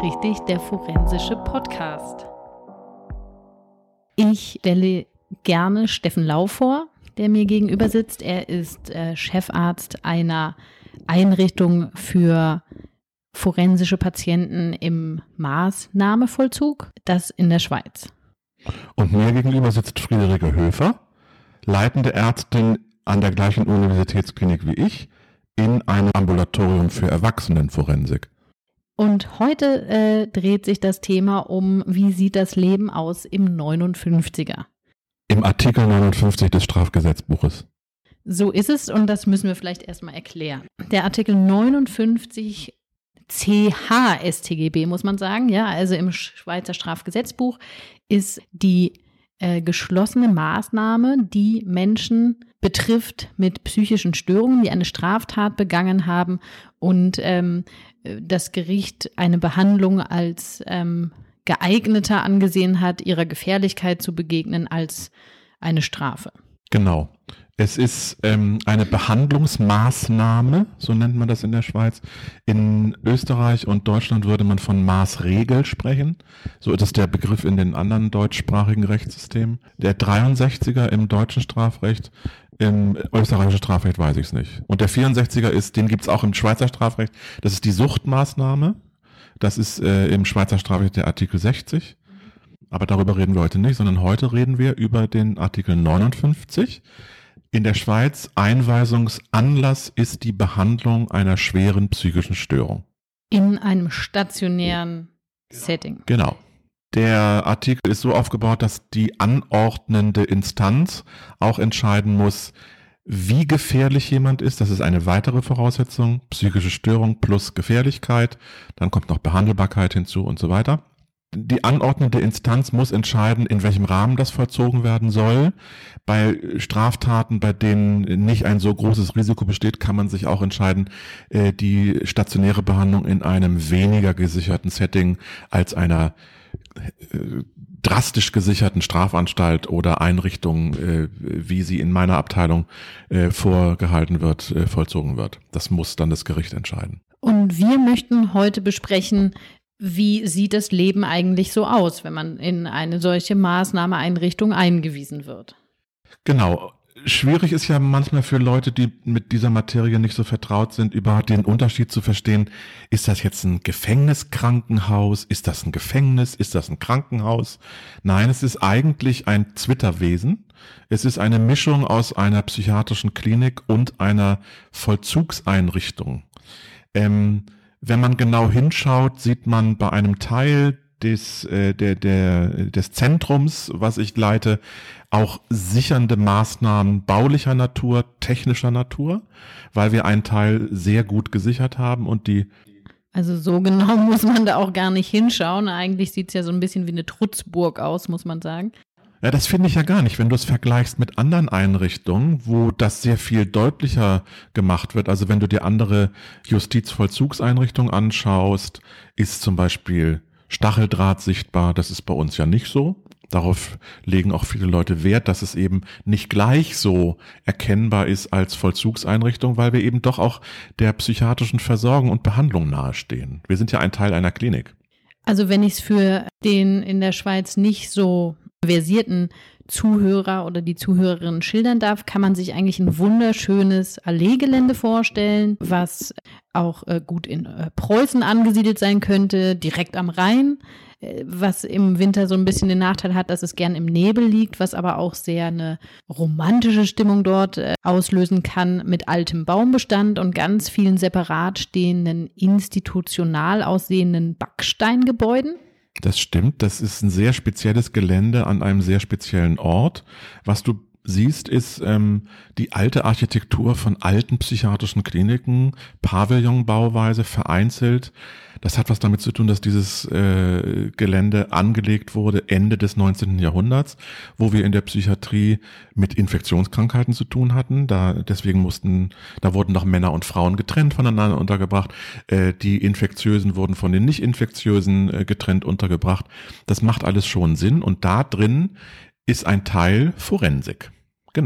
richtig, der forensische Podcast. Ich stelle gerne Steffen Lau vor, der mir gegenüber sitzt. Er ist Chefarzt einer Einrichtung für forensische Patienten im Maßnahmevollzug, das in der Schweiz. Und mir gegenüber sitzt Friederike Höfer, leitende Ärztin an der gleichen Universitätsklinik wie ich, in einem Ambulatorium für Erwachsenenforensik. Und heute dreht sich das Thema um, wie sieht das Leben aus im 59er? Im Artikel 59 des Strafgesetzbuches. So ist es und das müssen wir vielleicht erstmal erklären. Der Artikel 59 CH StGB, muss man sagen, ja, also im Schweizer Strafgesetzbuch ist die geschlossene Maßnahme, die Menschen betrifft mit psychischen Störungen, die eine Straftat begangen haben und das Gericht eine Behandlung als geeigneter angesehen hat, ihrer Gefährlichkeit zu begegnen als eine Strafe. Genau. Es ist eine Behandlungsmaßnahme, so nennt man das in der Schweiz. In Österreich und Deutschland würde man von Maßregel sprechen. So ist es der Begriff in den anderen deutschsprachigen Rechtssystemen. Der 63er im deutschen Strafrecht, im österreichischen Strafrecht weiß ich es nicht. Und der 64er den gibt es auch im Schweizer Strafrecht. Das ist die Suchtmaßnahme. Das ist im Schweizer Strafrecht der Artikel 60. Aber darüber reden wir heute nicht, sondern heute reden wir über den Artikel 59. In der Schweiz Einweisungsanlass ist die Behandlung einer schweren psychischen Störung. In einem stationären Setting. Genau. Der Artikel ist so aufgebaut, dass die anordnende Instanz auch entscheiden muss, wie gefährlich jemand ist. Das ist eine weitere Voraussetzung. Psychische Störung plus Gefährlichkeit. Dann kommt noch Behandelbarkeit hinzu und so weiter. Die anordnende Instanz muss entscheiden, in welchem Rahmen das vollzogen werden soll. Bei Straftaten, bei denen nicht ein so großes Risiko besteht, kann man sich auch entscheiden, die stationäre Behandlung in einem weniger gesicherten Setting als einer drastisch gesicherten Strafanstalt oder Einrichtung, wie sie in meiner Abteilung vorgehalten wird, vollzogen wird. Das muss dann das Gericht entscheiden. Und wir möchten heute besprechen, wie sieht das Leben eigentlich so aus, wenn man in eine solche Maßnahmeeinrichtung eingewiesen wird? Genau. Schwierig ist ja manchmal für Leute, die mit dieser Materie nicht so vertraut sind, überhaupt den Unterschied zu verstehen. Ist das jetzt ein Gefängniskrankenhaus? Ist das ein Gefängnis? Ist das ein Krankenhaus? Nein, es ist eigentlich ein Zwitterwesen. Es ist eine Mischung aus einer psychiatrischen Klinik und einer Vollzugseinrichtung. Wenn man genau hinschaut, sieht man bei einem Teil des Zentrums, was ich leite, auch sichernde Maßnahmen baulicher Natur, technischer Natur, weil wir einen Teil sehr gut gesichert haben und Also so genau muss man da auch gar nicht hinschauen. Eigentlich sieht es ja so ein bisschen wie eine Trutzburg aus, muss man sagen. Ja, das finde ich ja gar nicht, wenn du es vergleichst mit anderen Einrichtungen, wo das sehr viel deutlicher gemacht wird. Also wenn du dir andere Justizvollzugseinrichtungen anschaust, ist zum Beispiel Stacheldraht sichtbar. Das ist bei uns ja nicht so. Darauf legen auch viele Leute Wert, dass es eben nicht gleich so erkennbar ist als Vollzugseinrichtung, weil wir eben doch auch der psychiatrischen Versorgung und Behandlung nahestehen. Wir sind ja ein Teil einer Klinik. Also wenn ich es für den in der Schweiz nicht so versierten Zuhörer oder die Zuhörerin schildern darf, kann man sich eigentlich ein wunderschönes Alleegelände vorstellen, was auch gut in Preußen angesiedelt sein könnte, direkt am Rhein, was im Winter so ein bisschen den Nachteil hat, dass es gern im Nebel liegt, was aber auch sehr eine romantische Stimmung dort auslösen kann mit altem Baumbestand und ganz vielen separat stehenden, institutional aussehenden Backsteingebäuden. Das stimmt, das ist ein sehr spezielles Gelände an einem sehr speziellen Ort. Was du siehst, ist die alte Architektur von alten psychiatrischen Kliniken, Pavillonbauweise, vereinzelt. Das hat was damit zu tun, dass dieses Gelände angelegt wurde Ende des 19. Jahrhunderts, wo wir in der Psychiatrie mit Infektionskrankheiten zu tun hatten. Da wurden noch Männer und Frauen getrennt voneinander untergebracht. Die Infektiösen wurden von den Nicht-Infektiösen getrennt untergebracht. Das macht alles schon Sinn. Und da drin ist ein Teil Forensik. Genau.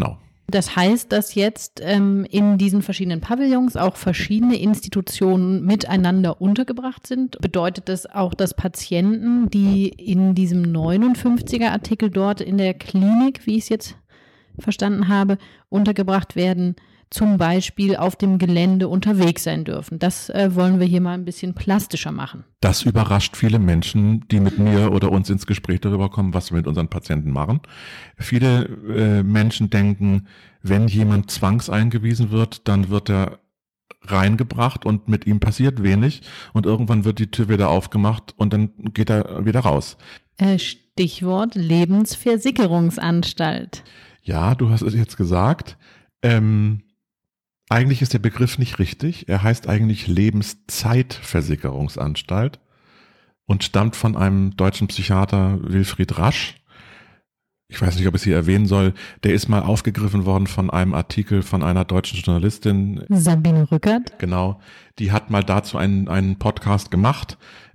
Das heißt, dass jetzt in diesen verschiedenen Pavillons auch verschiedene Institutionen miteinander untergebracht sind. Bedeutet das auch, dass Patienten, die in diesem 59er Artikel dort in der Klinik, wie ich es jetzt verstanden habe, untergebracht werden, zum Beispiel auf dem Gelände unterwegs sein dürfen? Das wollen wir hier mal ein bisschen plastischer machen. Das überrascht viele Menschen, die mit mir oder uns ins Gespräch darüber kommen, was wir mit unseren Patienten machen. Viele Menschen denken, wenn jemand zwangseingewiesen wird, dann wird er reingebracht und mit ihm passiert wenig und irgendwann wird die Tür wieder aufgemacht und dann geht er wieder raus. Stichwort Lebensversicherungsanstalt. Ja, du hast es jetzt gesagt. Eigentlich ist der Begriff nicht richtig. Er heißt eigentlich Lebenszeitversicherungsanstalt und stammt von einem deutschen Psychiater, Wilfried Rasch. Ich weiß nicht, ob ich es hier erwähnen soll. Der ist mal aufgegriffen worden von einem Artikel von einer deutschen Journalistin. Sabine Rückert. Genau. Die hat mal dazu einen Podcast gemacht.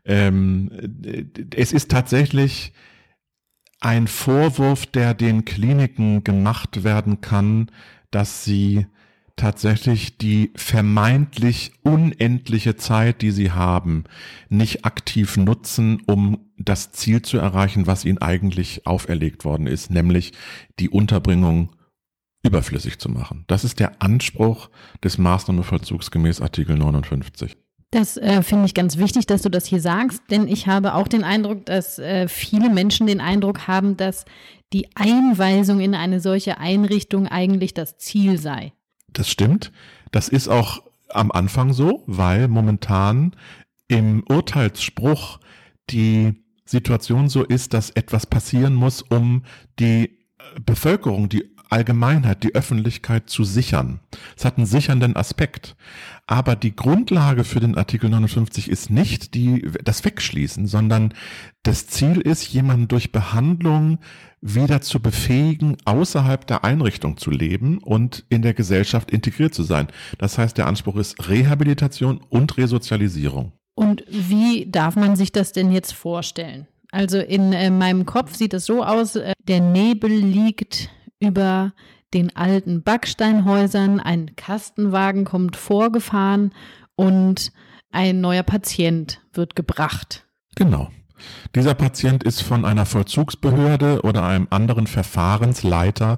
Es ist tatsächlich ein Vorwurf, der den Kliniken gemacht werden kann, dass sie tatsächlich die vermeintlich unendliche Zeit, die sie haben, nicht aktiv nutzen, um das Ziel zu erreichen, was ihnen eigentlich auferlegt worden ist, nämlich die Unterbringung überflüssig zu machen. Das ist der Anspruch des Maßnahmenvollzugs gemäß Artikel 59. Das finde ich ganz wichtig, dass du das hier sagst, denn ich habe auch den Eindruck, dass viele Menschen den Eindruck haben, dass die Einweisung in eine solche Einrichtung eigentlich das Ziel sei. Das stimmt. Das ist auch am Anfang so, weil momentan im Urteilsspruch die Situation so ist, dass etwas passieren muss, um die Bevölkerung, die Allgemeinheit, die Öffentlichkeit zu sichern. Es hat einen sichernden Aspekt. Aber die Grundlage für den Artikel 59 ist nicht das Wegschließen, sondern das Ziel ist, jemanden durch Behandlung wieder zu befähigen, außerhalb der Einrichtung zu leben und in der Gesellschaft integriert zu sein. Das heißt, der Anspruch ist Rehabilitation und Resozialisierung. Und wie darf man sich das denn jetzt vorstellen? Also in meinem Kopf sieht es so aus, der Nebel liegt über den alten Backsteinhäusern, ein Kastenwagen kommt vorgefahren und ein neuer Patient wird gebracht. Genau. Dieser Patient ist von einer Vollzugsbehörde oder einem anderen Verfahrensleiter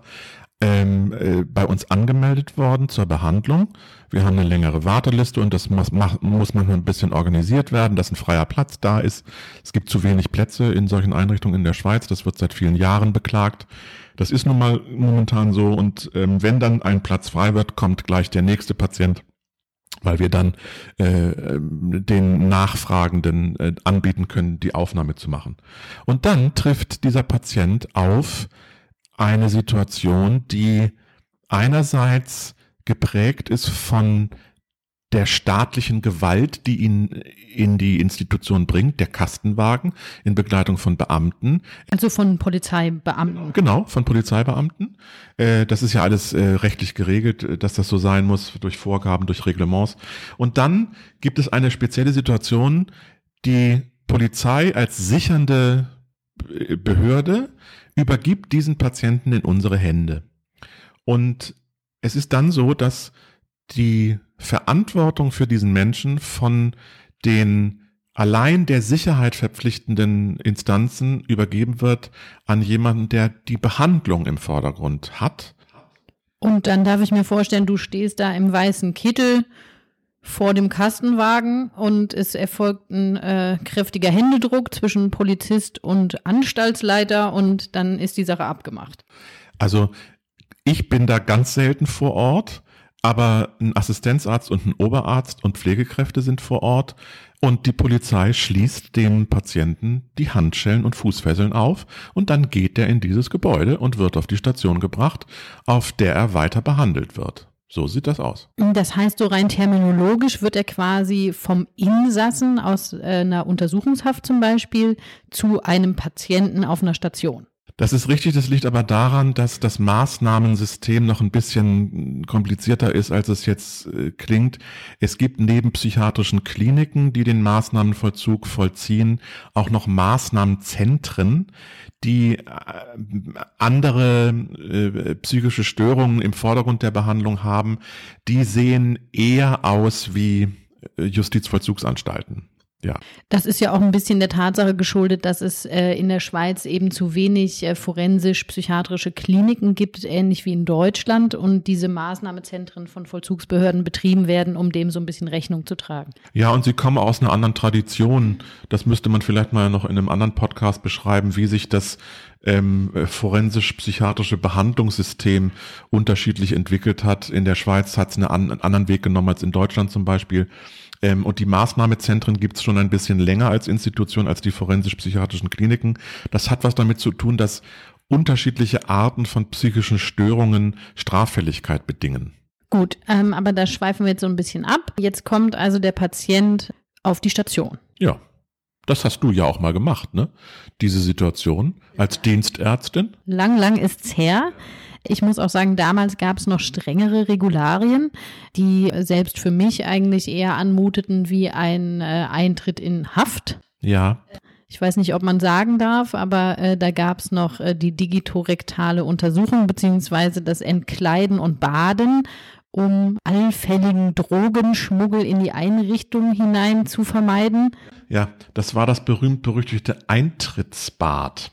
bei uns angemeldet worden zur Behandlung. Wir haben eine längere Warteliste und das muss manchmal ein bisschen organisiert werden, dass ein freier Platz da ist. Es gibt zu wenig Plätze in solchen Einrichtungen in der Schweiz. Das wird seit vielen Jahren beklagt. Das ist nun mal momentan so und wenn dann ein Platz frei wird, kommt gleich der nächste Patient, weil wir dann den Nachfragenden anbieten können, die Aufnahme zu machen. Und dann trifft dieser Patient auf eine Situation, die einerseits geprägt ist von der staatlichen Gewalt, die ihn in die Institution bringt, der Kastenwagen in Begleitung von Beamten. Also von Polizeibeamten. Genau, von Polizeibeamten. Das ist ja alles rechtlich geregelt, dass das so sein muss durch Vorgaben, durch Reglements. Und dann gibt es eine spezielle Situation, die Polizei als sichernde Behörde übergibt diesen Patienten in unsere Hände. Und es ist dann so, dass die Verantwortung für diesen Menschen von den allein der Sicherheit verpflichtenden Instanzen übergeben wird an jemanden, der die Behandlung im Vordergrund hat. Und dann darf ich mir vorstellen, du stehst da im weißen Kittel vor dem Kastenwagen und es erfolgt ein kräftiger Händedruck zwischen Polizist und Anstaltsleiter und dann ist die Sache abgemacht. Also ich bin da ganz selten vor Ort, aber ein Assistenzarzt und ein Oberarzt und Pflegekräfte sind vor Ort und die Polizei schließt dem Patienten die Handschellen und Fußfesseln auf und dann geht er in dieses Gebäude und wird auf die Station gebracht, auf der er weiter behandelt wird. So sieht das aus. Das heißt, so rein terminologisch wird er quasi vom Insassen aus einer Untersuchungshaft zum Beispiel zu einem Patienten auf einer Station. Das ist richtig, das liegt aber daran, dass das Maßnahmensystem noch ein bisschen komplizierter ist, als es jetzt klingt. Es gibt neben psychiatrischen Kliniken, die den Maßnahmenvollzug vollziehen, auch noch Maßnahmenzentren, die andere psychische Störungen im Vordergrund der Behandlung haben. Die sehen eher aus wie Justizvollzugsanstalten. Ja. Das ist ja auch ein bisschen der Tatsache geschuldet, dass es in der Schweiz eben zu wenig forensisch-psychiatrische Kliniken gibt, ähnlich wie in Deutschland, und diese Maßnahmezentren von Vollzugsbehörden betrieben werden, um dem so ein bisschen Rechnung zu tragen. Ja, und sie kommen aus einer anderen Tradition. Das müsste man vielleicht mal noch in einem anderen Podcast beschreiben, wie sich das forensisch-psychiatrische Behandlungssystem unterschiedlich entwickelt hat. In der Schweiz hat es einen anderen Weg genommen als in Deutschland zum Beispiel. Und die Maßnahmezentren gibt es schon ein bisschen länger als Institution, als die forensisch-psychiatrischen Kliniken. Das hat was damit zu tun, dass unterschiedliche Arten von psychischen Störungen Straffälligkeit bedingen. Gut, aber da schweifen wir jetzt so ein bisschen ab. Jetzt kommt also der Patient auf die Station. Ja, das hast du ja auch mal gemacht, ne? Diese Situation als Dienstärztin. Lang ist's her. Ich muss auch sagen, damals gab es noch strengere Regularien, die selbst für mich eigentlich eher anmuteten wie ein Eintritt in Haft. Ja. Ich weiß nicht, ob man sagen darf, aber da gab es noch die digitorektale Untersuchung beziehungsweise das Entkleiden und Baden, um allfälligen Drogenschmuggel in die Einrichtung hinein zu vermeiden. Ja, das war das berühmt-berüchtigte Eintrittsbad.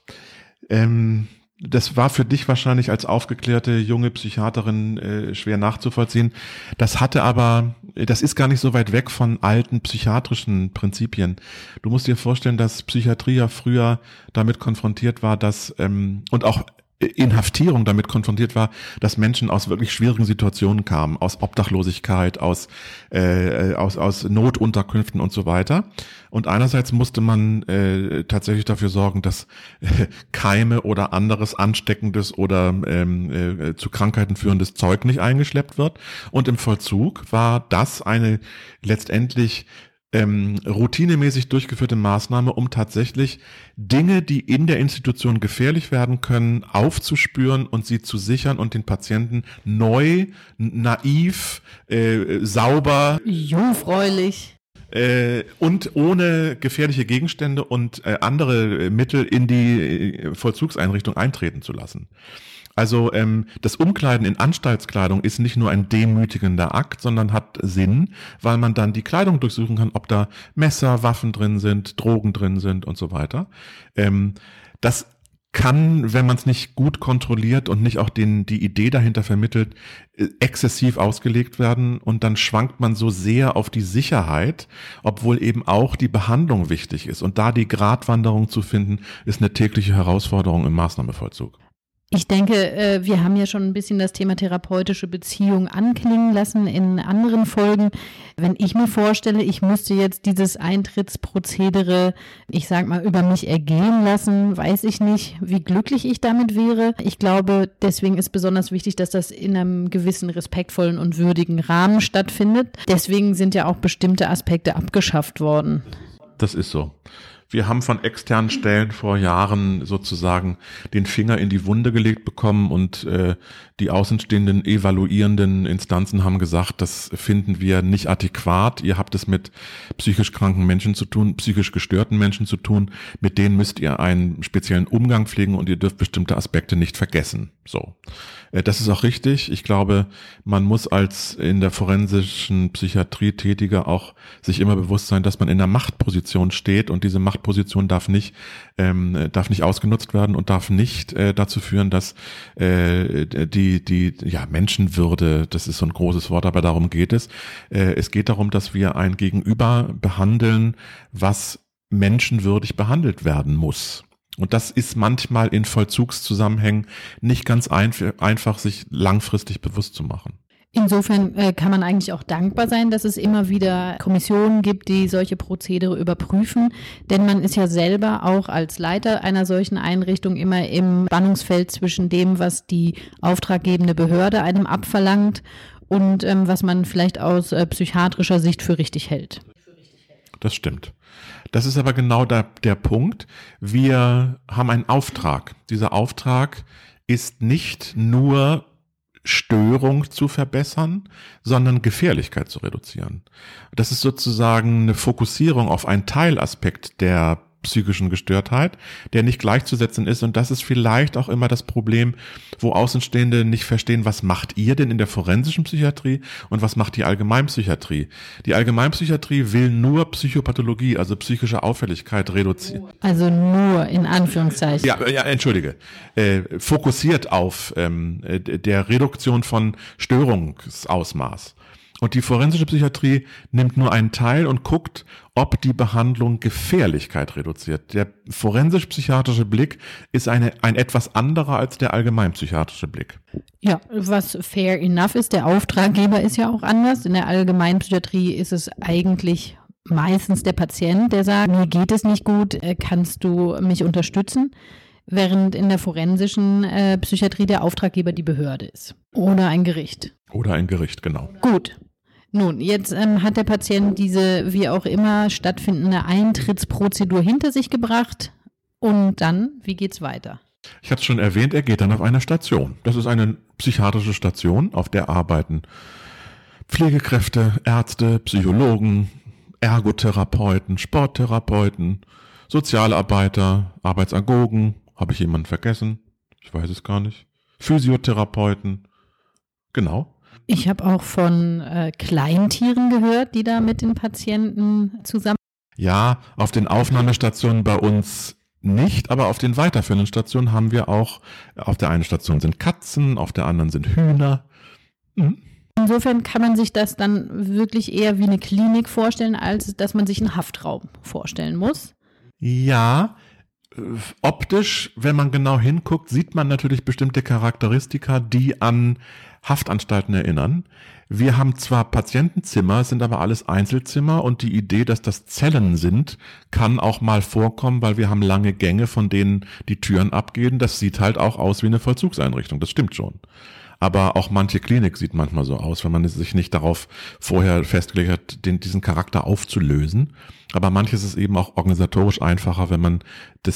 Das war für dich wahrscheinlich als aufgeklärte junge Psychiaterin schwer nachzuvollziehen. Das ist gar nicht so weit weg von alten psychiatrischen Prinzipien. Du musst dir vorstellen, dass Psychiatrie ja früher damit konfrontiert war, dass und auch Inhaftierung damit konfrontiert war, dass Menschen aus wirklich schwierigen Situationen kamen, aus Obdachlosigkeit, aus Notunterkünften und so weiter. Und einerseits musste man tatsächlich dafür sorgen, dass Keime oder anderes ansteckendes oder zu Krankheiten führendes Zeug nicht eingeschleppt wird. Und im Vollzug war das eine letztendlich routinemäßig durchgeführte Maßnahme, um tatsächlich Dinge, die in der Institution gefährlich werden können, aufzuspüren und sie zu sichern und den Patienten neu, naiv, sauber, jungfräulich und ohne gefährliche Gegenstände und andere Mittel in die Vollzugseinrichtung eintreten zu lassen. Also das Umkleiden in Anstaltskleidung ist nicht nur ein demütigender Akt, sondern hat Sinn, weil man dann die Kleidung durchsuchen kann, ob da Messer, Waffen drin sind, Drogen drin sind und so weiter. Das kann, wenn man es nicht gut kontrolliert und nicht auch die Idee dahinter vermittelt, exzessiv ausgelegt werden, und dann schwankt man so sehr auf die Sicherheit, obwohl eben auch die Behandlung wichtig ist. Und da die Gratwanderung zu finden, ist eine tägliche Herausforderung im Maßnahmenvollzug. Ich denke, wir haben ja schon ein bisschen das Thema therapeutische Beziehung anklingen lassen in anderen Folgen. Wenn ich mir vorstelle, ich müsste jetzt dieses Eintrittsprozedere, ich sag mal, über mich ergehen lassen, weiß ich nicht, wie glücklich ich damit wäre. Ich glaube, deswegen ist besonders wichtig, dass das in einem gewissen respektvollen und würdigen Rahmen stattfindet. Deswegen sind ja auch bestimmte Aspekte abgeschafft worden. Das ist so. Wir haben von externen Stellen vor Jahren sozusagen den Finger in die Wunde gelegt bekommen, und die außenstehenden evaluierenden Instanzen haben gesagt, das finden wir nicht adäquat. Ihr habt es mit psychisch kranken Menschen zu tun, psychisch gestörten Menschen zu tun. Mit denen müsst ihr einen speziellen Umgang pflegen und ihr dürft bestimmte Aspekte nicht vergessen. So. Das ist auch richtig. Ich glaube, man muss als in der forensischen Psychiatrie Tätiger auch sich immer bewusst sein, dass man in einer Machtposition steht, und diese Machtposition darf nicht ausgenutzt werden und darf nicht dazu führen, dass die Menschenwürde, das ist so ein großes Wort, aber darum geht es. Es geht darum, dass wir ein Gegenüber behandeln, was menschenwürdig behandelt werden muss. Und das ist manchmal in Vollzugszusammenhängen nicht ganz einfach, sich langfristig bewusst zu machen. Insofern kann man eigentlich auch dankbar sein, dass es immer wieder Kommissionen gibt, die solche Prozedere überprüfen. Denn man ist ja selber auch als Leiter einer solchen Einrichtung immer im Spannungsfeld zwischen dem, was die auftraggebende Behörde einem abverlangt, und was man vielleicht aus psychiatrischer Sicht für richtig hält. das stimmt. Das ist aber genau der Punkt. Wir haben einen Auftrag. Dieser Auftrag ist nicht nur Störung zu verbessern, sondern Gefährlichkeit zu reduzieren. Das ist sozusagen eine Fokussierung auf einen Teilaspekt der psychischen Gestörtheit, der nicht gleichzusetzen ist. Und das ist vielleicht auch immer das Problem, wo Außenstehende nicht verstehen, was macht ihr denn in der forensischen Psychiatrie und was macht die Allgemeinpsychiatrie? Die Allgemeinpsychiatrie will nur Psychopathologie, also psychische Auffälligkeit reduzieren. Also nur in Anführungszeichen. Ja, entschuldige. Fokussiert auf der Reduktion von Störungsausmaß. Und die forensische Psychiatrie nimmt nur einen Teil und guckt, ob die Behandlung Gefährlichkeit reduziert. Der forensisch-psychiatrische Blick ist ein etwas anderer als der allgemeinpsychiatrische Blick. Ja, was fair enough ist. Der Auftraggeber ist ja auch anders. In der Allgemeinpsychiatrie ist es eigentlich meistens der Patient, der sagt, mir geht es nicht gut, kannst du mich unterstützen? Während in der forensischen Psychiatrie der Auftraggeber die Behörde ist. Oder ein Gericht. Oder ein Gericht, genau. Gut. Nun, jetzt hat der Patient diese wie auch immer stattfindende Eintrittsprozedur hinter sich gebracht. Und dann, wie geht's weiter? Ich hatte es schon erwähnt, er geht dann auf eine Station. Das ist eine psychiatrische Station, auf der arbeiten Pflegekräfte, Ärzte, Psychologen, Ergotherapeuten, Sporttherapeuten, Sozialarbeiter, Arbeitsagogen. Habe ich jemanden vergessen? Ich weiß es gar nicht. Physiotherapeuten. Genau. Ich habe auch von Kleintieren gehört, die da mit den Patienten zusammen. Ja, auf den Aufnahmestationen bei uns nicht, aber auf den weiterführenden Stationen haben wir auch, auf der einen Station sind Katzen, auf der anderen sind Hühner. Mhm. Insofern kann man sich das dann wirklich eher wie eine Klinik vorstellen, als dass man sich einen Haftraum vorstellen muss. Ja, optisch, wenn man genau hinguckt, sieht man natürlich bestimmte Charakteristika, die an Haftanstalten erinnern. Wir haben zwar Patientenzimmer, sind aber alles Einzelzimmer und die Idee, dass das Zellen sind, kann auch mal vorkommen, weil wir haben lange Gänge, von denen die Türen abgehen. Das sieht halt auch aus wie eine Vollzugseinrichtung, das stimmt schon. Aber auch manche Klinik sieht manchmal so aus, wenn man sich nicht darauf vorher festgelegt hat, diesen Charakter aufzulösen. Aber manches ist eben auch organisatorisch einfacher, wenn man die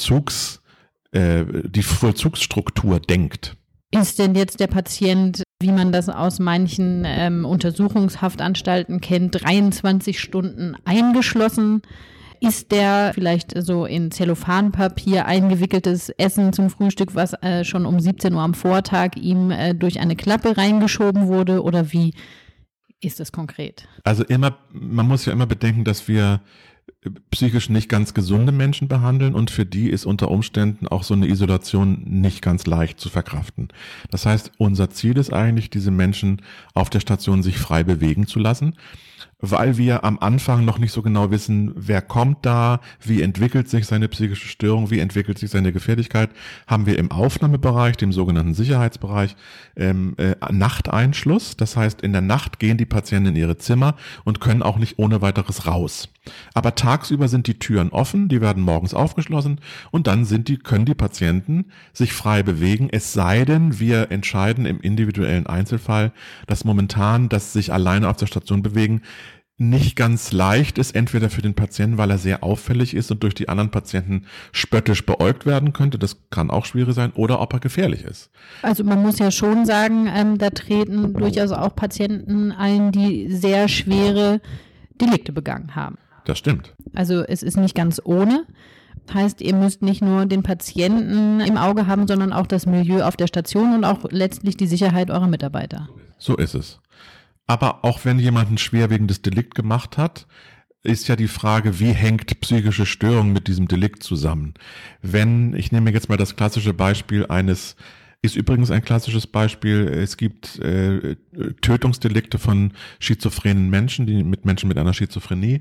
Vollzugsstruktur denkt. Ist denn jetzt der Patient, wie man das aus manchen Untersuchungshaftanstalten kennt, 23 Stunden eingeschlossen? Ist der vielleicht so in Zellophanpapier eingewickeltes Essen zum Frühstück, was schon um 17 Uhr am Vortag ihm durch eine Klappe reingeschoben wurde? Oder wie ist das konkret? Also man muss ja immer bedenken, dass wir psychisch nicht ganz gesunde Menschen behandeln und für die ist unter Umständen auch so eine Isolation nicht ganz leicht zu verkraften. Das heißt, unser Ziel ist eigentlich, diese Menschen auf der Station sich frei bewegen zu lassen, weil wir am Anfang noch nicht so genau wissen, wer kommt da, wie entwickelt sich seine psychische Störung, wie entwickelt sich seine Gefährlichkeit, haben wir im Aufnahmebereich, dem sogenannten Sicherheitsbereich, Nachteinschluss. Das heißt, in der Nacht gehen die Patienten in ihre Zimmer und können auch nicht ohne weiteres raus. Aber tagsüber sind die Türen offen, die werden morgens aufgeschlossen und dann können die Patienten sich frei bewegen, es sei denn, wir entscheiden im individuellen Einzelfall, dass momentan das sich alleine auf der Station bewegen nicht ganz leicht ist, entweder für den Patienten, weil er sehr auffällig ist und durch die anderen Patienten spöttisch beäugt werden könnte, das kann auch schwierig sein, oder ob er gefährlich ist. Also man muss ja schon sagen, da treten durchaus auch Patienten ein, die sehr schwere Delikte begangen haben. Das stimmt. Also es ist nicht ganz ohne. Heißt, ihr müsst nicht nur den Patienten im Auge haben, sondern auch das Milieu auf der Station und auch letztlich die Sicherheit eurer Mitarbeiter. So ist es. Aber auch wenn jemand ein schwerwiegendes Delikt gemacht hat, ist ja die Frage, wie hängt psychische Störung mit diesem Delikt zusammen? Ich nehme jetzt mal das klassische Beispiel ist übrigens ein klassisches Beispiel, es gibt Tötungsdelikte von schizophrenen Menschen, mit Menschen mit einer Schizophrenie.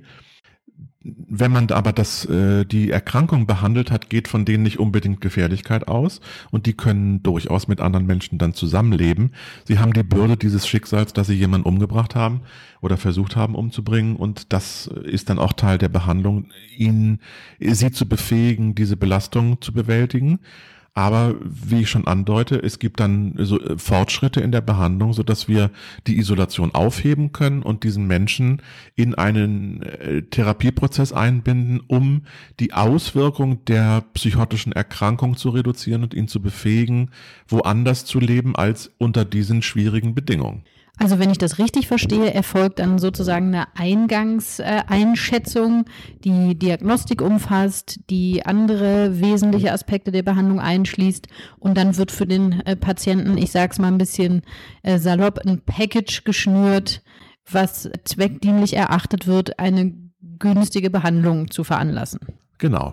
Wenn man aber die Erkrankung behandelt hat, geht von denen nicht unbedingt Gefährlichkeit aus und die können durchaus mit anderen Menschen dann zusammenleben. Sie haben die Bürde dieses Schicksals, dass sie jemanden umgebracht haben oder versucht haben umzubringen und das ist dann auch Teil der Behandlung, sie zu befähigen, diese Belastung zu bewältigen. Aber wie ich schon andeute, es gibt dann so Fortschritte in der Behandlung, sodass wir die Isolation aufheben können und diesen Menschen in einen Therapieprozess einbinden, um die Auswirkung der psychotischen Erkrankung zu reduzieren und ihn zu befähigen, woanders zu leben als unter diesen schwierigen Bedingungen. Also wenn ich das richtig verstehe, erfolgt dann sozusagen eine Eingangseinschätzung, die Diagnostik umfasst, die andere wesentliche Aspekte der Behandlung einschließt und dann wird für den Patienten, ich sage es mal ein bisschen salopp, ein Package geschnürt, was zweckdienlich erachtet wird, eine günstige Behandlung zu veranlassen. Genau.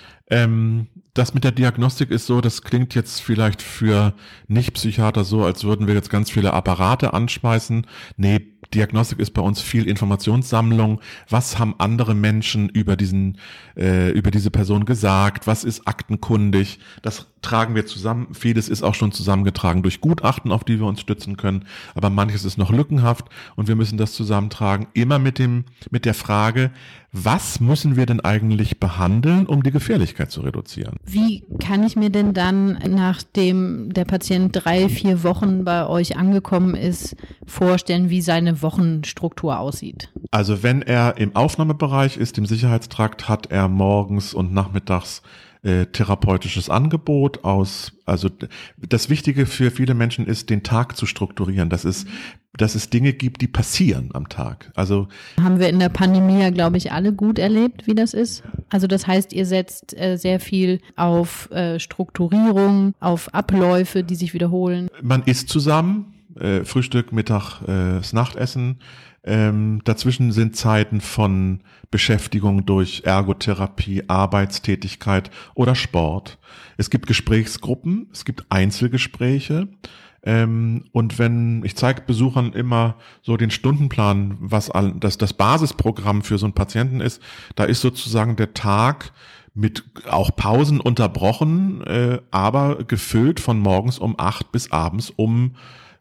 Das mit der Diagnostik ist so, das klingt jetzt vielleicht für Nicht-Psychiater so, als würden wir jetzt ganz viele Apparate anschmeißen. Nee, Diagnostik ist bei uns viel Informationssammlung. Was haben andere Menschen über diese Person gesagt? Was ist aktenkundig? Das tragen wir zusammen. Vieles ist auch schon zusammengetragen durch Gutachten, auf die wir uns stützen können. Aber manches ist noch lückenhaft und wir müssen das zusammentragen. Immer mit der Frage, was müssen wir denn eigentlich behandeln, um die Gefährlichkeit zu reduzieren? Wie kann ich mir denn dann, nachdem der Patient 3-4 Wochen bei euch angekommen ist, vorstellen, wie seine Wochenstruktur aussieht? Also wenn er im Aufnahmebereich ist, im Sicherheitstrakt, hat er morgens und nachmittags therapeutisches Angebot also das Wichtige für viele Menschen ist, den Tag zu strukturieren, dass es Dinge gibt, die passieren am Tag. Also haben wir in der Pandemie ja, glaube ich, alle gut erlebt, wie das ist. Also das heißt, ihr setzt sehr viel auf Strukturierung, auf Abläufe, die sich wiederholen. Man isst zusammen, Frühstück, Mittag, das Nachtessen. Dazwischen sind Zeiten von Beschäftigung durch Ergotherapie, Arbeitstätigkeit oder Sport. Es gibt Gesprächsgruppen, es gibt Einzelgespräche. Und ich zeige Besuchern immer so den Stundenplan, was das Basisprogramm für so einen Patienten ist. Da ist sozusagen der Tag mit auch Pausen unterbrochen, aber gefüllt von morgens um 8 bis abends um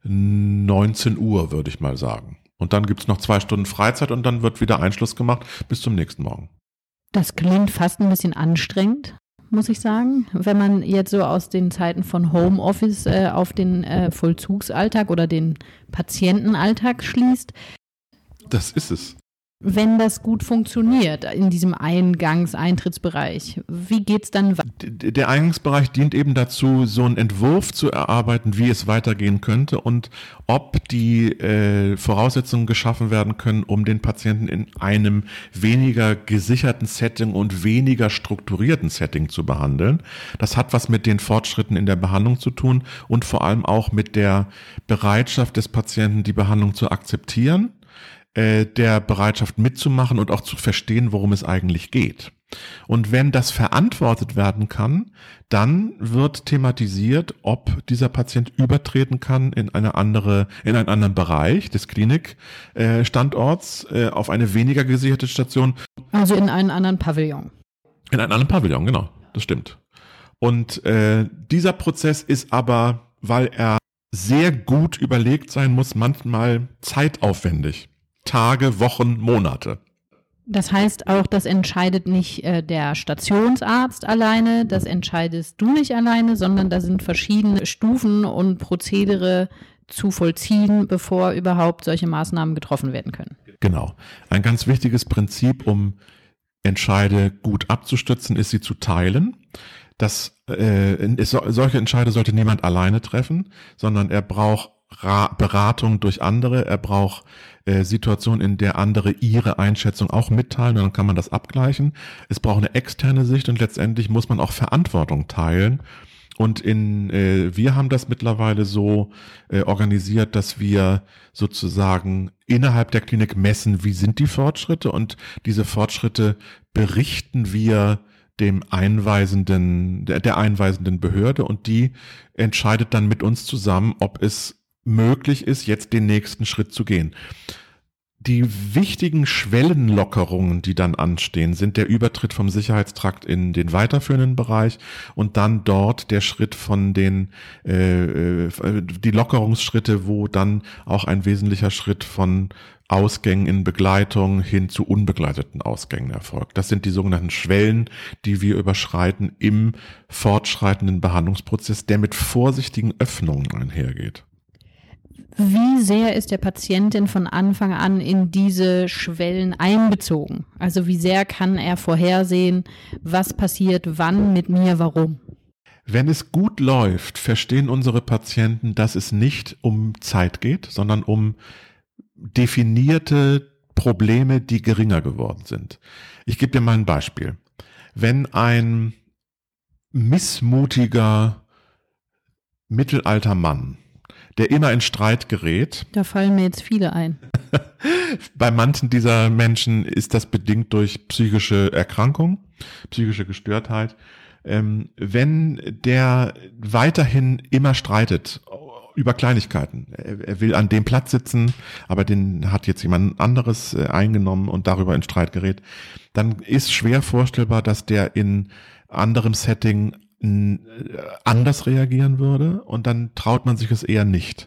19 Uhr, würde ich mal sagen. Und dann gibt's noch 2 Stunden Freizeit und dann wird wieder Einschluss gemacht bis zum nächsten Morgen. Das klingt fast ein bisschen anstrengend, muss ich sagen, wenn man jetzt so aus den Zeiten von Homeoffice auf den Vollzugsalltag oder den Patientenalltag schließt. Das ist es. Wenn das gut funktioniert in diesem Eintrittsbereich, wie geht's dann weiter? Der Eingangsbereich dient eben dazu, so einen Entwurf zu erarbeiten, wie es weitergehen könnte und ob die Voraussetzungen geschaffen werden können, um den Patienten in einem weniger gesicherten Setting und weniger strukturierten Setting zu behandeln. Das hat was mit den Fortschritten in der Behandlung zu tun und vor allem auch mit der Bereitschaft des Patienten, die Behandlung zu akzeptieren, der Bereitschaft mitzumachen und auch zu verstehen, worum es eigentlich geht. Und wenn das verantwortet werden kann, dann wird thematisiert, ob dieser Patient übertreten kann in einen anderen Bereich des Klinikstandorts, auf eine weniger gesicherte Station. Also in einen anderen Pavillon. In einen anderen Pavillon, genau, das stimmt. Und dieser Prozess ist aber, weil er sehr gut überlegt sein muss, manchmal zeitaufwendig. Tage, Wochen, Monate. Das heißt auch, das entscheidet nicht der Stationsarzt alleine, das entscheidest du nicht alleine, sondern da sind verschiedene Stufen und Prozedere zu vollziehen, bevor überhaupt solche Maßnahmen getroffen werden können. Genau. Ein ganz wichtiges Prinzip, um Entscheide gut abzustützen, ist, sie zu teilen. Solche Entscheide sollte niemand alleine treffen, sondern er braucht Beratung durch andere, er braucht Situationen, in der andere ihre Einschätzung auch mitteilen, und dann kann man das abgleichen. Es braucht eine externe Sicht und letztendlich muss man auch Verantwortung teilen. Und wir haben das mittlerweile so organisiert, dass wir sozusagen innerhalb der Klinik messen, wie sind die Fortschritte, und diese Fortschritte berichten wir der einweisenden Behörde, und die entscheidet dann mit uns zusammen, ob es möglich ist, jetzt den nächsten Schritt zu gehen. Die wichtigen Schwellenlockerungen, die dann anstehen, sind der Übertritt vom Sicherheitstrakt in den weiterführenden Bereich und dann dort der Schritt von die Lockerungsschritte, wo dann auch ein wesentlicher Schritt von Ausgängen in Begleitung hin zu unbegleiteten Ausgängen erfolgt. Das sind die sogenannten Schwellen, die wir überschreiten im fortschreitenden Behandlungsprozess, der mit vorsichtigen Öffnungen einhergeht. Wie sehr ist der Patient denn von Anfang an in diese Schwellen einbezogen? Also wie sehr kann er vorhersehen, was passiert, wann, mit mir, warum? Wenn es gut läuft, verstehen unsere Patienten, dass es nicht um Zeit geht, sondern um definierte Probleme, die geringer geworden sind. Ich gebe dir mal ein Beispiel. Wenn ein missmutiger mittelalter Mann, der immer in Streit gerät. Da fallen mir jetzt viele ein. Bei manchen dieser Menschen ist das bedingt durch psychische Erkrankung, psychische Gestörtheit. Wenn der weiterhin immer streitet über Kleinigkeiten, er will an dem Platz sitzen, aber den hat jetzt jemand anderes eingenommen und darüber in Streit gerät, dann ist schwer vorstellbar, dass der in anderem Setting anders reagieren würde und dann traut man sich es eher nicht.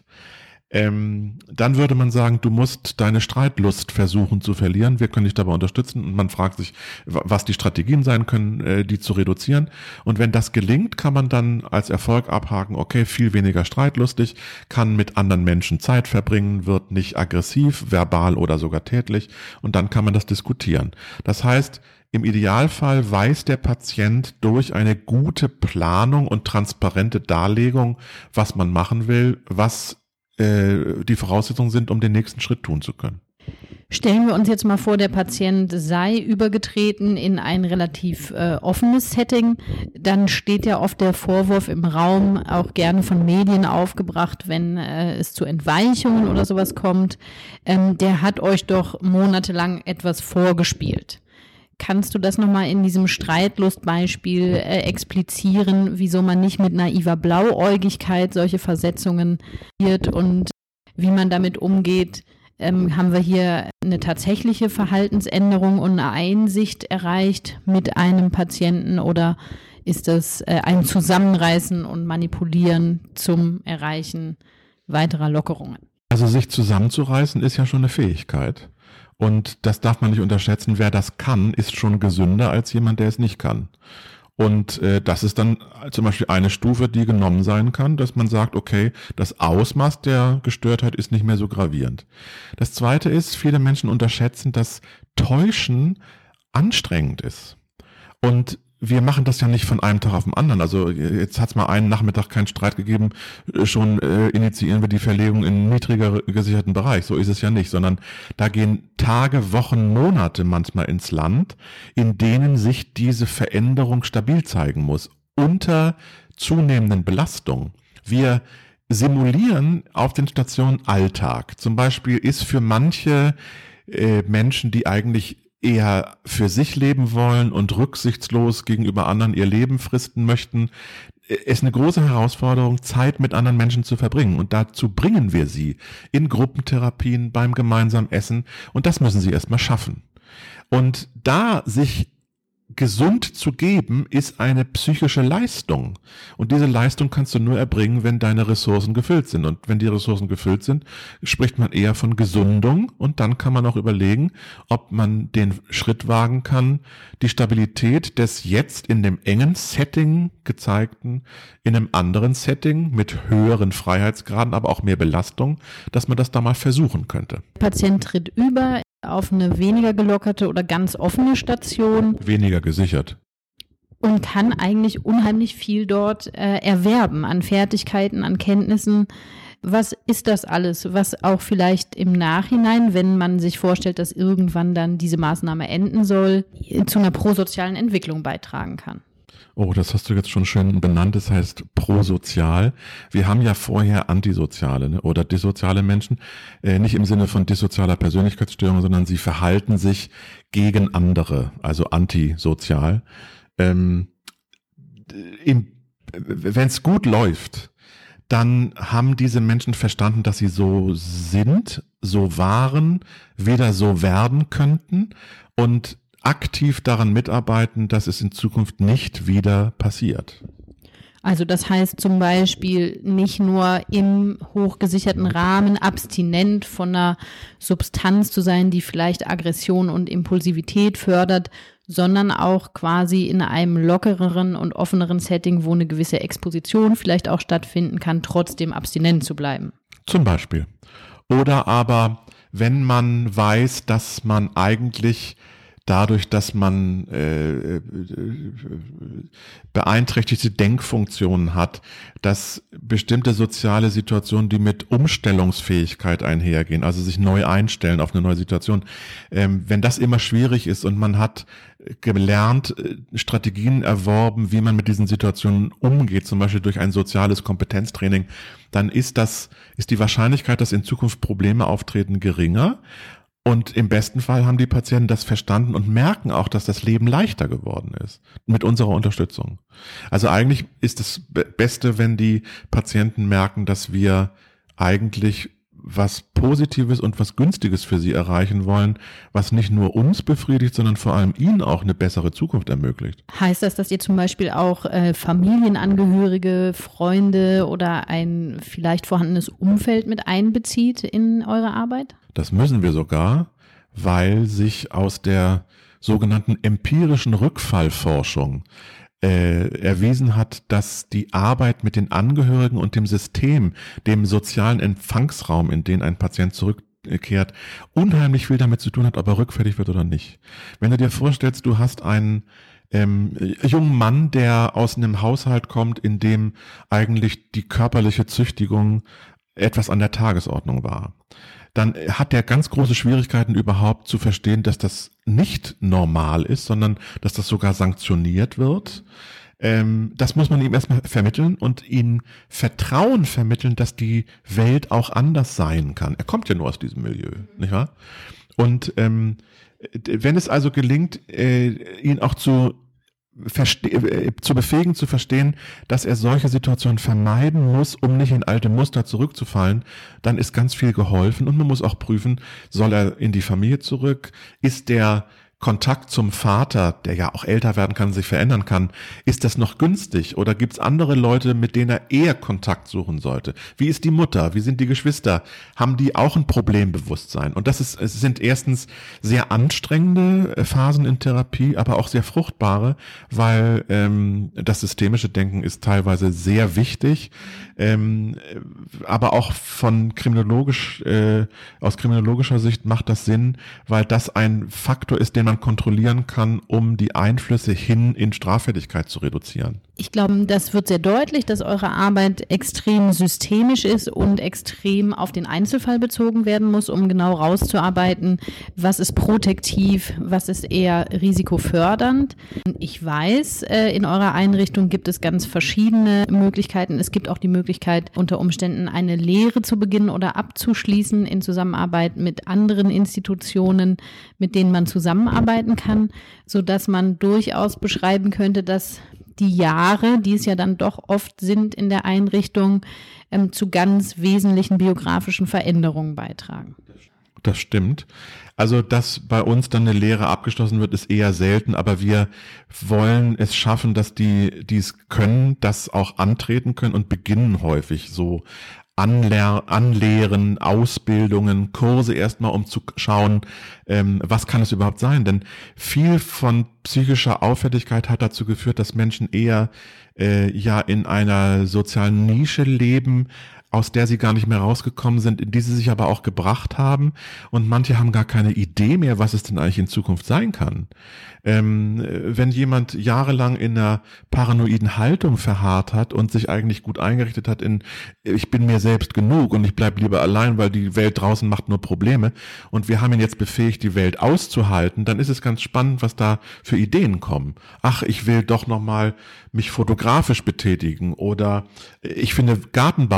Dann würde man sagen, du musst deine Streitlust versuchen zu verlieren. Wir können dich dabei unterstützen und man fragt sich, was die Strategien sein können, die zu reduzieren. Und wenn das gelingt, kann man dann als Erfolg abhaken, okay, viel weniger streitlustig, kann mit anderen Menschen Zeit verbringen, wird nicht aggressiv, verbal oder sogar tätlich und dann kann man das diskutieren. Das heißt, im Idealfall weiß der Patient durch eine gute Planung und transparente Darlegung, was man machen will, was die Voraussetzungen sind, um den nächsten Schritt tun zu können. Stellen wir uns jetzt mal vor, der Patient sei übergetreten in ein relativ offenes Setting, dann steht ja oft der Vorwurf im Raum, auch gerne von Medien aufgebracht, wenn es zu Entweichungen oder sowas kommt, der hat euch doch monatelang etwas vorgespielt. Kannst du das nochmal in diesem Streitlustbeispiel explizieren, wieso man nicht mit naiver Blauäugigkeit solche Versetzungen wird und wie man damit umgeht? Haben wir hier eine tatsächliche Verhaltensänderung und eine Einsicht erreicht mit einem Patienten oder ist das ein Zusammenreißen und Manipulieren zum Erreichen weiterer Lockerungen? Also sich zusammenzureißen ist ja schon eine Fähigkeit. Und das darf man nicht unterschätzen. Wer das kann, ist schon gesünder als jemand, der es nicht kann. Und das ist dann zum Beispiel eine Stufe, die genommen sein kann, dass man sagt, okay, das Ausmaß der Gestörtheit ist nicht mehr so gravierend. Das Zweite ist, viele Menschen unterschätzen, dass Täuschen anstrengend ist. Und wir machen das ja nicht von einem Tag auf den anderen. Also jetzt hat es mal einen Nachmittag keinen Streit gegeben, schon initiieren wir die Verlegung in einen niedriger gesicherten Bereich. So ist es ja nicht, sondern da gehen Tage, Wochen, Monate manchmal ins Land, in denen sich diese Veränderung stabil zeigen muss, unter zunehmenden Belastungen. Wir simulieren auf den Stationen Alltag. Zum Beispiel ist für manche Menschen, die eigentlich eher für sich leben wollen und rücksichtslos gegenüber anderen ihr Leben fristen möchten, ist eine große Herausforderung, Zeit mit anderen Menschen zu verbringen. Und dazu bringen wir sie in Gruppentherapien, beim gemeinsamen Essen. Und das müssen sie erstmal schaffen. Und da sich gesund zu geben, ist eine psychische Leistung. Und diese Leistung kannst du nur erbringen, wenn deine Ressourcen gefüllt sind. Und wenn die Ressourcen gefüllt sind, spricht man eher von Gesundung. Und dann kann man auch überlegen, ob man den Schritt wagen kann, die Stabilität des jetzt in dem engen Setting gezeigten, in einem anderen Setting mit höheren Freiheitsgraden, aber auch mehr Belastung, dass man das da mal versuchen könnte. Der Patient tritt über auf eine weniger gelockerte oder ganz offene Station. Weniger gesichert. Und kann eigentlich unheimlich viel dort erwerben an Fertigkeiten, an Kenntnissen. Was ist das alles, was auch vielleicht im Nachhinein, wenn man sich vorstellt, dass irgendwann dann diese Maßnahme enden soll, zu einer prosozialen Entwicklung beitragen kann? Oh, das hast du jetzt schon schön benannt, das heißt prosozial. Wir haben ja vorher antisoziale, ne, oder dissoziale Menschen, nicht im Sinne von dissozialer Persönlichkeitsstörung, sondern sie verhalten sich gegen andere, also antisozial. Wenn es gut läuft, dann haben diese Menschen verstanden, dass sie so sind, so waren, wieder so werden könnten und aktiv daran mitarbeiten, dass es in Zukunft nicht wieder passiert. Also das heißt zum Beispiel nicht nur im hochgesicherten Rahmen abstinent von einer Substanz zu sein, die vielleicht Aggression und Impulsivität fördert, sondern auch quasi in einem lockereren und offeneren Setting, wo eine gewisse Exposition vielleicht auch stattfinden kann, trotzdem abstinent zu bleiben. Zum Beispiel. Oder aber, wenn man weiß, dass man eigentlich dadurch, dass man beeinträchtigte Denkfunktionen hat, dass bestimmte soziale Situationen, die mit Umstellungsfähigkeit einhergehen, also sich neu einstellen auf eine neue Situation, wenn das immer schwierig ist und man hat gelernt, Strategien erworben, wie man mit diesen Situationen umgeht, zum Beispiel durch ein soziales Kompetenztraining, dann ist die Wahrscheinlichkeit, dass in Zukunft Probleme auftreten, geringer. Und im besten Fall haben die Patienten das verstanden und merken auch, dass das Leben leichter geworden ist mit unserer Unterstützung. Also eigentlich ist das Beste, wenn die Patienten merken, dass wir eigentlich was Positives und was Günstiges für sie erreichen wollen, was nicht nur uns befriedigt, sondern vor allem ihnen auch eine bessere Zukunft ermöglicht. Heißt das, dass ihr zum Beispiel auch Familienangehörige, Freunde oder ein vielleicht vorhandenes Umfeld mit einbezieht in eure Arbeit? Das müssen wir sogar, weil sich aus der sogenannten empirischen Rückfallforschung erwiesen hat, dass die Arbeit mit den Angehörigen und dem System, dem sozialen Empfangsraum, in den ein Patient zurückkehrt, unheimlich viel damit zu tun hat, ob er rückfällig wird oder nicht. Wenn du dir vorstellst, du hast einen jungen Mann, der aus einem Haushalt kommt, in dem eigentlich die körperliche Züchtigung etwas an der Tagesordnung war, dann hat der ganz große Schwierigkeiten überhaupt zu verstehen, dass das nicht normal ist, sondern dass das sogar sanktioniert wird. Das muss man ihm erstmal vermitteln und ihm Vertrauen vermitteln, dass die Welt auch anders sein kann. Er kommt ja nur aus diesem Milieu, nicht wahr? Und wenn es also gelingt, ihn auch zu befähigen, zu verstehen, dass er solche Situationen vermeiden muss, um nicht in alte Muster zurückzufallen, dann ist ganz viel geholfen und man muss auch prüfen, soll er in die Familie zurück? Ist der Kontakt zum Vater, der ja auch älter werden kann, sich verändern kann, ist das noch günstig oder gibt es andere Leute, mit denen er eher Kontakt suchen sollte? Wie ist die Mutter? Wie sind die Geschwister? Haben die auch ein Problembewusstsein? Und es sind erstens sehr anstrengende Phasen in Therapie, aber auch sehr fruchtbare, weil das systemische Denken ist teilweise sehr wichtig, aber auch aus kriminologischer Sicht macht das Sinn, weil das ein Faktor ist, den man kontrollieren kann, um die Einflüsse hin in Straffälligkeit zu reduzieren. Ich glaube, das wird sehr deutlich, dass eure Arbeit extrem systemisch ist und extrem auf den Einzelfall bezogen werden muss, um genau rauszuarbeiten, was ist protektiv, was ist eher risikofördernd. Ich weiß, in eurer Einrichtung gibt es ganz verschiedene Möglichkeiten. Es gibt auch die Möglichkeit, unter Umständen eine Lehre zu beginnen oder abzuschließen in Zusammenarbeit mit anderen Institutionen, mit denen man zusammenarbeiten kann, sodass man durchaus beschreiben könnte, dass die Jahre, die es ja dann doch oft sind in der Einrichtung, zu ganz wesentlichen biografischen Veränderungen beitragen. Das stimmt. Also, dass bei uns dann eine Lehre abgeschlossen wird, ist eher selten, aber wir wollen es schaffen, dass die es können, das auch antreten können und beginnen häufig so Anlehren, Ausbildungen, Kurse erstmal, um zu schauen, was kann es überhaupt sein? Denn viel von psychischer Auffälligkeit hat dazu geführt, dass Menschen eher in einer sozialen Nische leben, aus der sie gar nicht mehr rausgekommen sind, in die sie sich aber auch gebracht haben. Und manche haben gar keine Idee mehr, was es denn eigentlich in Zukunft sein kann. Wenn jemand jahrelang in einer paranoiden Haltung verharrt hat und sich eigentlich gut eingerichtet hat in, ich bin mir selbst genug und ich bleib lieber allein, weil die Welt draußen macht nur Probleme und wir haben ihn jetzt befähigt, die Welt auszuhalten, dann ist es ganz spannend, was da für Ideen kommen. Ach, ich will doch nochmal mich fotografisch betätigen oder ich finde Gartenbau ganz toll.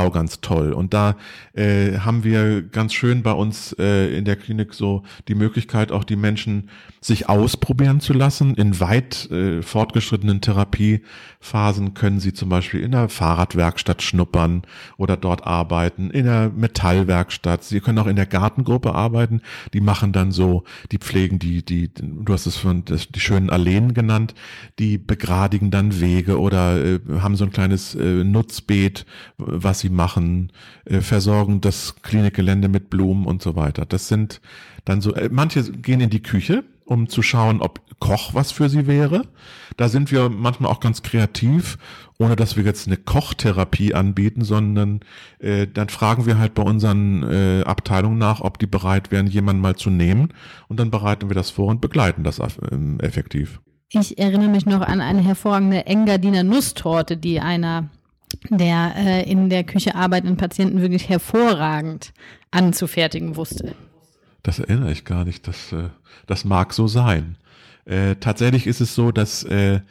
toll. Und da haben wir ganz schön bei uns in der Klinik so die Möglichkeit, auch die Menschen sich ausprobieren zu lassen. In weit fortgeschrittenen Therapiephasen können sie zum Beispiel in der Fahrradwerkstatt schnuppern oder dort arbeiten, in der Metallwerkstatt. Sie können auch in der Gartengruppe arbeiten. Die machen dann so, die pflegen du hast es von die schönen Alleen genannt, die begradigen dann Wege oder haben so ein kleines Nutzbeet, was sie machen, versorgen das Klinikgelände mit Blumen und so weiter. Das sind dann so, manche gehen in die Küche, um zu schauen, ob Koch was für sie wäre. Da sind wir manchmal auch ganz kreativ, ohne dass wir jetzt eine Kochtherapie anbieten, sondern dann fragen wir halt bei unseren Abteilungen nach, ob die bereit wären, jemanden mal zu nehmen, und dann bereiten wir das vor und begleiten das effektiv. Ich erinnere mich noch an eine hervorragende Engadiner Nusstorte, die einer der in der Küche arbeitenden Patienten wirklich hervorragend anzufertigen wusste. Das erinnere ich gar nicht, das mag so sein. Tatsächlich ist es so, dass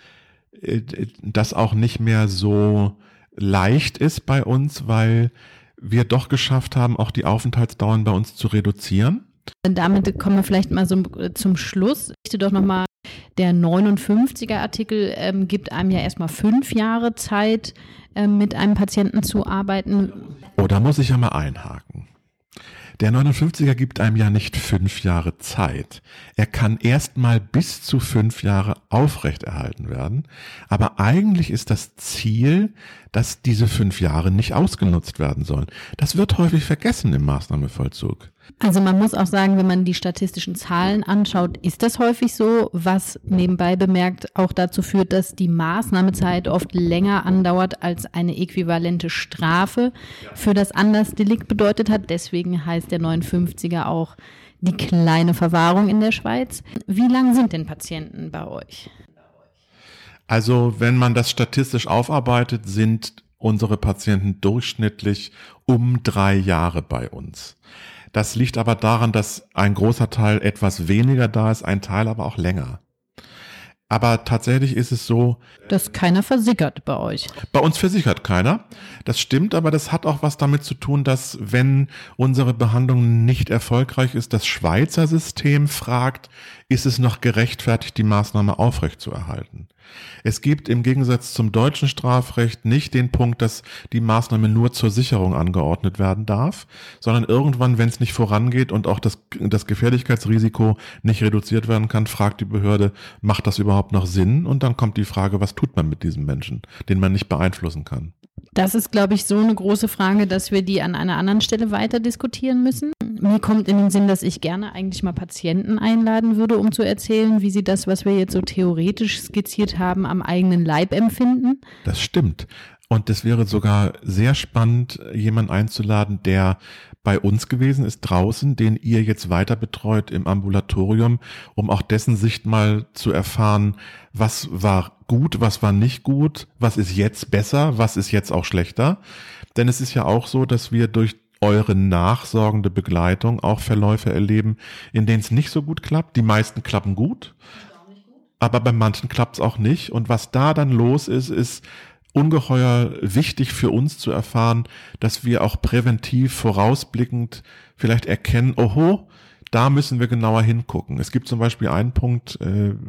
das auch nicht mehr so leicht ist bei uns, weil wir doch geschafft haben, auch die Aufenthaltsdauern bei uns zu reduzieren. Und damit kommen wir vielleicht mal so zum Schluss. Ich möchte doch nochmal, der 59er Artikel gibt einem ja erstmal 5 Jahre Zeit, mit einem Patienten zu arbeiten. Oh, da muss ich ja mal einhaken. Der 59er gibt einem ja nicht 5 Jahre Zeit. Er kann erstmal bis zu 5 Jahre aufrechterhalten werden. Aber eigentlich ist das Ziel, dass diese 5 Jahre nicht ausgenutzt werden sollen. Das wird häufig vergessen im Maßnahmenvollzug. Also man muss auch sagen, wenn man die statistischen Zahlen anschaut, ist das häufig so, was nebenbei bemerkt auch dazu führt, dass die Maßnahmezeit oft länger andauert, als eine äquivalente Strafe für das Andersdelikt bedeutet hat. Deswegen heißt der 59er auch die kleine Verwahrung in der Schweiz. Wie lang sind denn Patienten bei euch? Also wenn man das statistisch aufarbeitet, sind unsere Patienten durchschnittlich um 3 Jahre bei uns. Das liegt aber daran, dass ein großer Teil etwas weniger da ist, ein Teil aber auch länger. Aber tatsächlich ist es so, dass keiner versickert bei euch. Bei uns versickert keiner. Das stimmt, aber das hat auch was damit zu tun, dass wenn unsere Behandlung nicht erfolgreich ist, das Schweizer System fragt, ist es noch gerechtfertigt, die Maßnahme aufrechtzuerhalten. Es gibt im Gegensatz zum deutschen Strafrecht nicht den Punkt, dass die Maßnahme nur zur Sicherung angeordnet werden darf, sondern irgendwann, wenn es nicht vorangeht und auch das Gefährlichkeitsrisiko nicht reduziert werden kann, fragt die Behörde, macht das überhaupt noch Sinn? Und dann kommt die Frage, was tut man mit diesem Menschen, den man nicht beeinflussen kann? Das ist, glaube ich, so eine große Frage, dass wir die an einer anderen Stelle weiter diskutieren müssen. Mir kommt in den Sinn, dass ich gerne eigentlich mal Patienten einladen würde, um zu erzählen, wie sie das, was wir jetzt so theoretisch skizziert haben, am eigenen Leib empfinden. Das stimmt. Und es wäre sogar sehr spannend, jemanden einzuladen, der bei uns gewesen ist draußen, den ihr jetzt weiter betreut im Ambulatorium, um auch dessen Sicht mal zu erfahren, was war gut, was war nicht gut, was ist jetzt besser, was ist jetzt auch schlechter. Denn es ist ja auch so, dass wir durch eure nachsorgende Begleitung auch Verläufe erleben, in denen es nicht so gut klappt. Die meisten klappen gut, aber bei manchen klappt es auch nicht. Und was da dann los ist, ist ungeheuer wichtig für uns zu erfahren, dass wir auch präventiv vorausblickend vielleicht erkennen, oho, da müssen wir genauer hingucken. Es gibt zum Beispiel einen Punkt,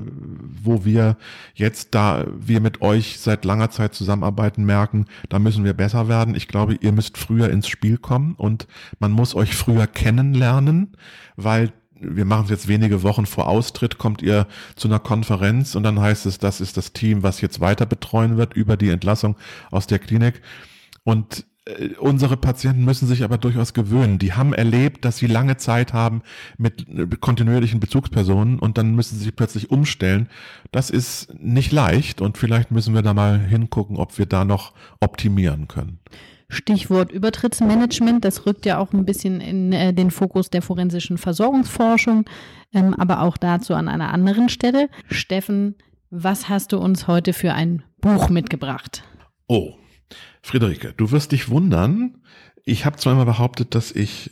wo wir jetzt, da wir mit euch seit langer Zeit zusammenarbeiten, merken, da müssen wir besser werden. Ich glaube, ihr müsst früher ins Spiel kommen und man muss euch früher kennenlernen, weil wir machen es jetzt wenige Wochen vor Austritt, kommt ihr zu einer Konferenz und dann heißt es, das ist das Team, was jetzt weiter betreuen wird über die Entlassung aus der Klinik. Und unsere Patienten müssen sich aber durchaus gewöhnen. Die haben erlebt, dass sie lange Zeit haben mit kontinuierlichen Bezugspersonen und dann müssen sie sich plötzlich umstellen. Das ist nicht leicht und vielleicht müssen wir da mal hingucken, ob wir da noch optimieren können. Stichwort Übertrittsmanagement, das rückt ja auch ein bisschen in den Fokus der forensischen Versorgungsforschung, aber auch dazu an einer anderen Stelle. Steffen, was hast du uns heute für ein Buch mitgebracht? Oh, Friederike, du wirst dich wundern. Ich habe zwar immer behauptet, dass ich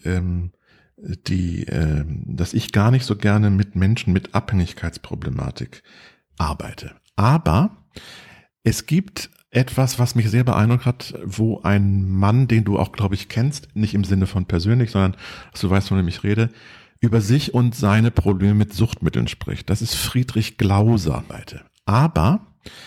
gar nicht so gerne mit Menschen mit Abhängigkeitsproblematik arbeite. Aber es gibt etwas, was mich sehr beeindruckt hat, wo ein Mann, den du auch, glaube ich, kennst, nicht im Sinne von persönlich, sondern, dass du weißt, von wem ich rede, über sich und seine Probleme mit Suchtmitteln spricht. Das ist Friedrich Glauser. Aber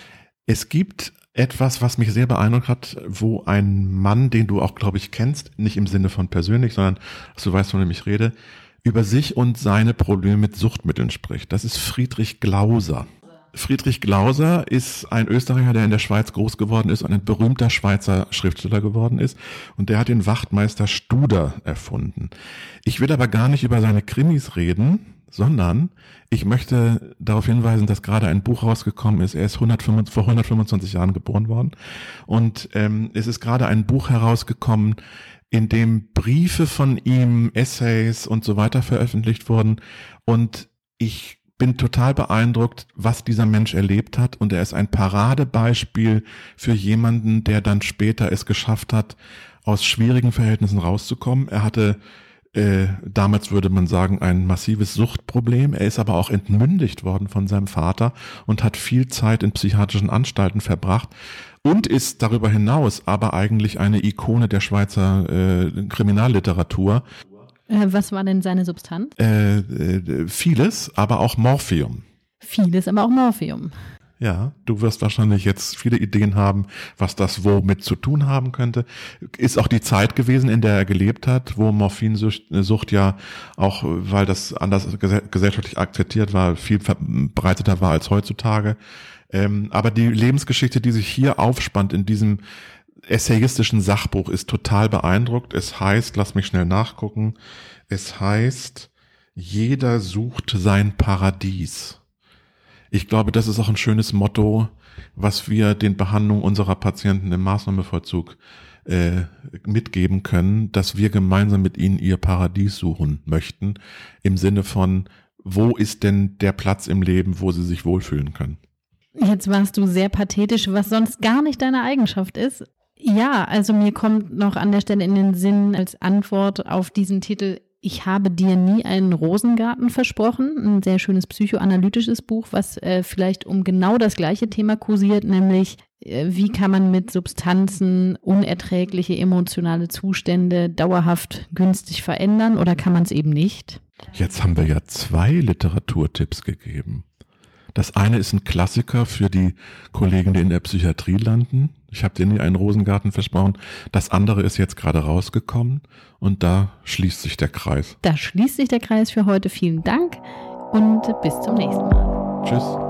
es gibt etwas, was mich sehr beeindruckt hat, wo ein Mann, den du auch, glaube ich, kennst, nicht im Sinne von persönlich, sondern, dass du weißt, von wem ich rede, über sich und seine Probleme mit Suchtmitteln spricht. Das ist Friedrich Glauser. Friedrich Glauser ist ein Österreicher, der in der Schweiz groß geworden ist und ein berühmter Schweizer Schriftsteller geworden ist. Und der hat den Wachtmeister Studer erfunden. Ich will aber gar nicht über seine Krimis reden, sondern ich möchte darauf hinweisen, dass gerade ein Buch rausgekommen ist. Er ist vor 125 Jahren geboren worden. Und es ist gerade ein Buch herausgekommen, in dem Briefe von ihm, Essays und so weiter veröffentlicht wurden. Und ich bin total beeindruckt, was dieser Mensch erlebt hat, und er ist ein Paradebeispiel für jemanden, der dann später es geschafft hat, aus schwierigen Verhältnissen rauszukommen. Er hatte damals würde man sagen, ein massives Suchtproblem. Er ist aber auch entmündigt worden von seinem Vater und hat viel Zeit in psychiatrischen Anstalten verbracht und ist darüber hinaus aber eigentlich eine Ikone der Schweizer Kriminalliteratur. Was war denn seine Substanz? Vieles, aber auch Morphium. Vieles, aber auch Morphium. Ja, du wirst wahrscheinlich jetzt viele Ideen haben, was das womit zu tun haben könnte. Ist auch die Zeit gewesen, in der er gelebt hat, wo Morphinsucht ja auch, weil das anders gesellschaftlich akzeptiert war, viel verbreiteter war als heutzutage. Aber die Lebensgeschichte, die sich hier aufspannt in diesem essayistischen Sachbuch, ist total beeindruckt. Es heißt, lass mich schnell nachgucken, es heißt, jeder sucht sein Paradies. Ich glaube, das ist auch ein schönes Motto, was wir den Behandlungen unserer Patienten im Maßnahmenvollzug mitgeben können, dass wir gemeinsam mit ihnen ihr Paradies suchen möchten, im Sinne von, wo ist denn der Platz im Leben, wo sie sich wohlfühlen können. Jetzt warst du sehr pathetisch, was sonst gar nicht deine Eigenschaft ist. Ja, also mir kommt noch an der Stelle in den Sinn als Antwort auf diesen Titel: Ich habe dir nie einen Rosengarten versprochen. Ein sehr schönes psychoanalytisches Buch, was vielleicht um genau das gleiche Thema kursiert, nämlich wie kann man mit Substanzen unerträgliche emotionale Zustände dauerhaft günstig verändern, oder kann man es eben nicht? Jetzt haben wir ja 2 Literaturtipps gegeben. Das eine ist ein Klassiker für die Kollegen, die in der Psychiatrie landen. Ich habe dir nie einen Rosengarten versprochen. Das andere ist jetzt gerade rausgekommen und da schließt sich der Kreis. Da schließt sich der Kreis für heute. Vielen Dank und bis zum nächsten Mal. Tschüss.